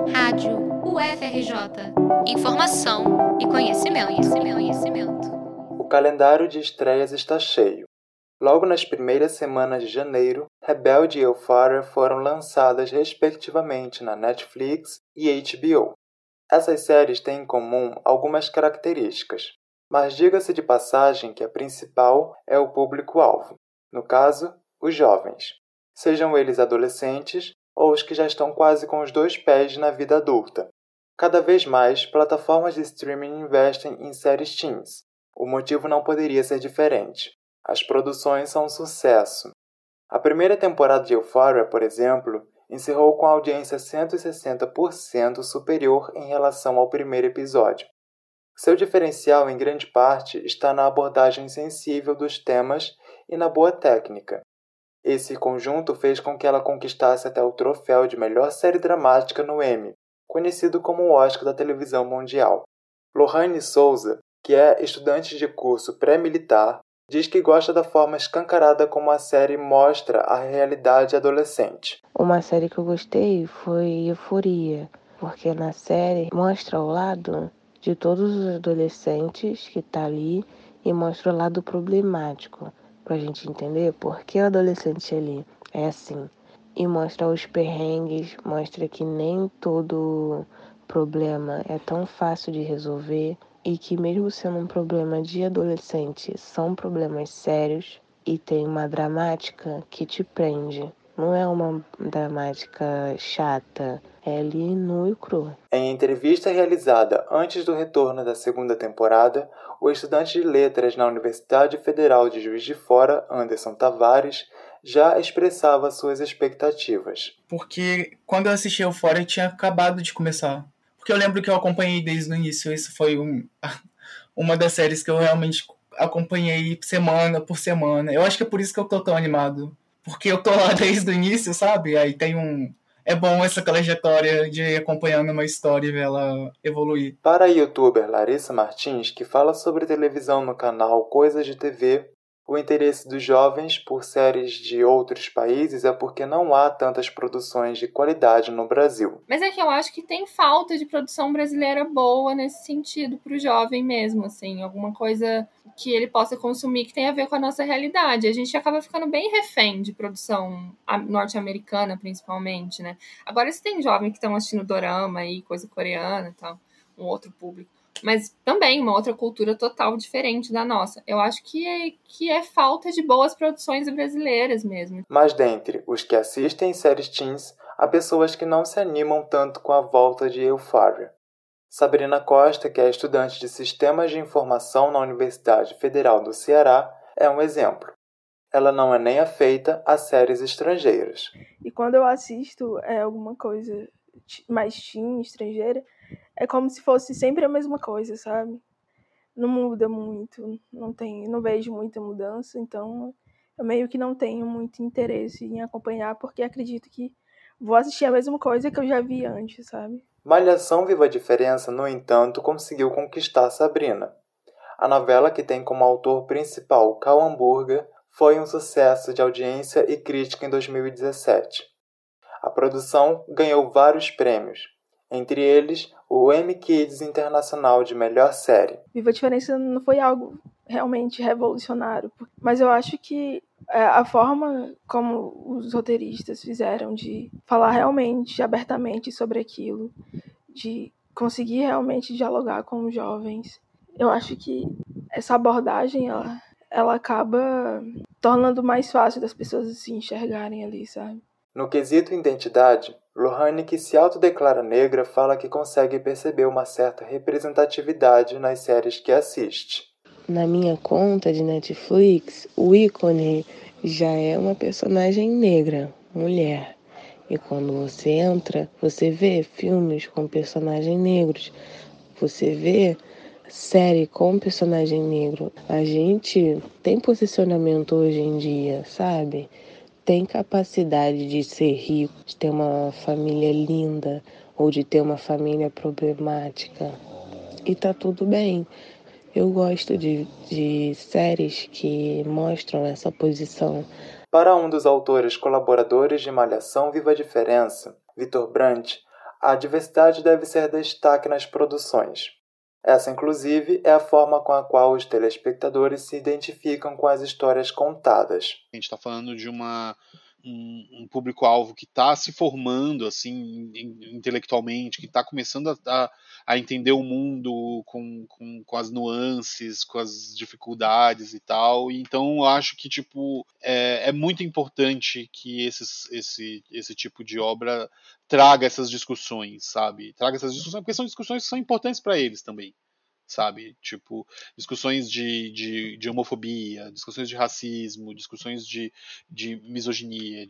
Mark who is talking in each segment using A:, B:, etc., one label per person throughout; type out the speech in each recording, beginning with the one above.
A: Rádio UFRJ. Informação e conhecimento.
B: O calendário de estreias está cheio. Logo nas primeiras semanas de janeiro, Rebelde e Euphoria foram lançadas respectivamente na Netflix e HBO. Essas séries têm em comum algumas características, mas diga-se de passagem que a principal é o público-alvo, no caso, os jovens, sejam eles adolescentes ou os que já estão quase com os 2 pés na vida adulta. Cada vez mais, plataformas de streaming investem em séries teens. O motivo não poderia ser diferente. As produções são um sucesso. A primeira temporada de Euphoria, por exemplo, encerrou com a audiência 160% superior em relação ao primeiro episódio. Seu diferencial, em grande parte, está na abordagem sensível dos temas e na boa técnica. Esse conjunto fez com que ela conquistasse até o troféu de melhor série dramática no Emmy, conhecido como o Oscar da televisão mundial. Lohane Souza, que é estudante de curso pré-militar, diz que gosta da forma escancarada como a série mostra a realidade adolescente.
C: Uma série que eu gostei foi Euforia, porque na série mostra o lado de todos os adolescentes que tá ali e mostra o lado problemático, pra gente entender por que o adolescente ali é assim. E mostra os perrengues, mostra que nem todo problema é tão fácil de resolver e que mesmo sendo um problema de adolescente, são problemas sérios e tem uma dramática que te prende. Não é uma dramática chata, é ali nu e cru.
B: Em entrevista realizada antes do retorno da segunda temporada, o estudante de letras na Universidade Federal de Juiz de Fora, Anderson Tavares, já expressava suas expectativas.
D: Porque quando eu assisti Euphoria tinha acabado de começar. Porque eu lembro que eu acompanhei desde o início. Isso foi uma das séries que eu realmente acompanhei semana por semana. Eu acho que é por isso que eu tô tão animado. Porque eu tô lá desde o início, sabe? Aí tem É bom essa trajetória de ir acompanhando uma história e ver ela evoluir.
B: Para a youtuber Larissa Martins, que fala sobre televisão no canal Coisas de TV, o interesse dos jovens por séries de outros países é porque não há tantas produções de qualidade no Brasil.
E: Mas é que eu acho que tem falta de produção brasileira boa nesse sentido pro jovem mesmo, assim, alguma coisa que ele possa consumir que tenha a ver com a nossa realidade. A gente acaba ficando bem refém de produção norte-americana, principalmente, né? Agora, se tem jovens que estão assistindo dorama e coisa coreana e tal, um outro público. Mas também uma outra cultura total diferente da nossa. Eu acho que é falta de boas produções brasileiras mesmo.
B: Mas dentre os que assistem séries teens, há pessoas que não se animam tanto com a volta de Euphoria. Sabrina Costa, que é estudante de Sistemas de Informação na Universidade Federal do Ceará, é um exemplo. Ela não é nem afeita a séries estrangeiras.
F: E quando eu assisto alguma coisa mais teen, estrangeira, é como se fosse sempre a mesma coisa, sabe? Não muda muito, não vejo muita mudança, então eu meio que não tenho muito interesse em acompanhar, porque acredito que vou assistir a mesma coisa que eu já vi antes, sabe?
B: Malhação Viva a Diferença, no entanto, conseguiu conquistar Sabrina. A novela, que tem como autor principal Cal Hambúrguer, foi um sucesso de audiência e crítica em 2017. A produção ganhou vários prêmios, entre eles o Emmy Kids Internacional de Melhor Série.
F: Viva a Diferença não foi algo realmente revolucionário, mas eu acho que a forma como os roteiristas fizeram de falar realmente, abertamente sobre aquilo, de conseguir realmente dialogar com os jovens, eu acho que essa abordagem, ela acaba tornando mais fácil das pessoas se enxergarem ali, sabe?
B: No quesito identidade, Lohane, que se autodeclara negra, fala que consegue perceber uma certa representatividade nas séries que assiste.
C: Na minha conta de Netflix, o ícone já é uma personagem negra, mulher. E quando você entra, você vê filmes com personagens negros. Você vê série com personagem negro. A gente tem posicionamento hoje em dia, sabe? Tem capacidade de ser rico, de ter uma família linda ou de ter uma família problemática. E tá tudo bem. Eu gosto de séries que mostram essa posição.
B: Para um dos autores colaboradores de Malhação Viva a Diferença, Vitor Brandt, a diversidade deve ser destaque nas produções. Essa, inclusive, é a forma com a qual os telespectadores se identificam com as histórias contadas.
G: A gente está falando de um público-alvo que está se formando assim, intelectualmente, que está começando a entender o mundo com as nuances, com as dificuldades e tal. E então eu acho que é muito importante que esse tipo de obra traga essas discussões, sabe? Traga essas discussões, porque são discussões que são importantes para eles também. Sabe, discussões de homofobia, discussões de racismo, discussões de misoginia,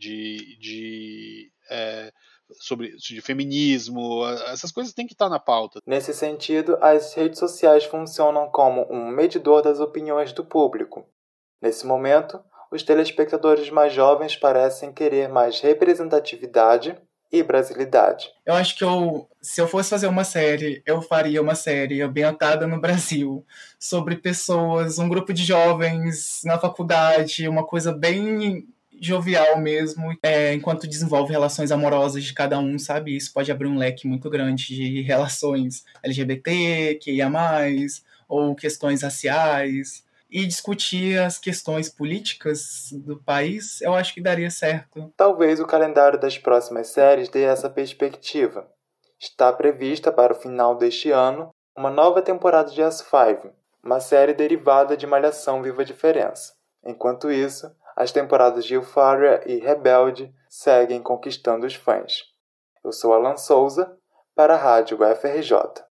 G: de feminismo, essas coisas têm que estar na pauta.
B: Nesse sentido, as redes sociais funcionam como um medidor das opiniões do público. Nesse momento, os telespectadores mais jovens parecem querer mais representatividade e brasilidade.
D: Eu acho que se eu fosse fazer uma série, eu faria uma série ambientada no Brasil, sobre pessoas, um grupo de jovens na faculdade, uma coisa bem jovial mesmo, enquanto desenvolve relações amorosas de cada um, sabe? Isso pode abrir um leque muito grande de relações LGBT, QIA+, ou questões raciais. E discutir as questões políticas do país, eu acho que daria certo.
B: Talvez o calendário das próximas séries dê essa perspectiva. Está prevista para o final deste ano uma nova temporada de As5, uma série derivada de Malhação Viva a Diferença. Enquanto isso, as temporadas de Euphoria e Rebelde seguem conquistando os fãs. Eu sou Alan Souza, para a Rádio FRJ.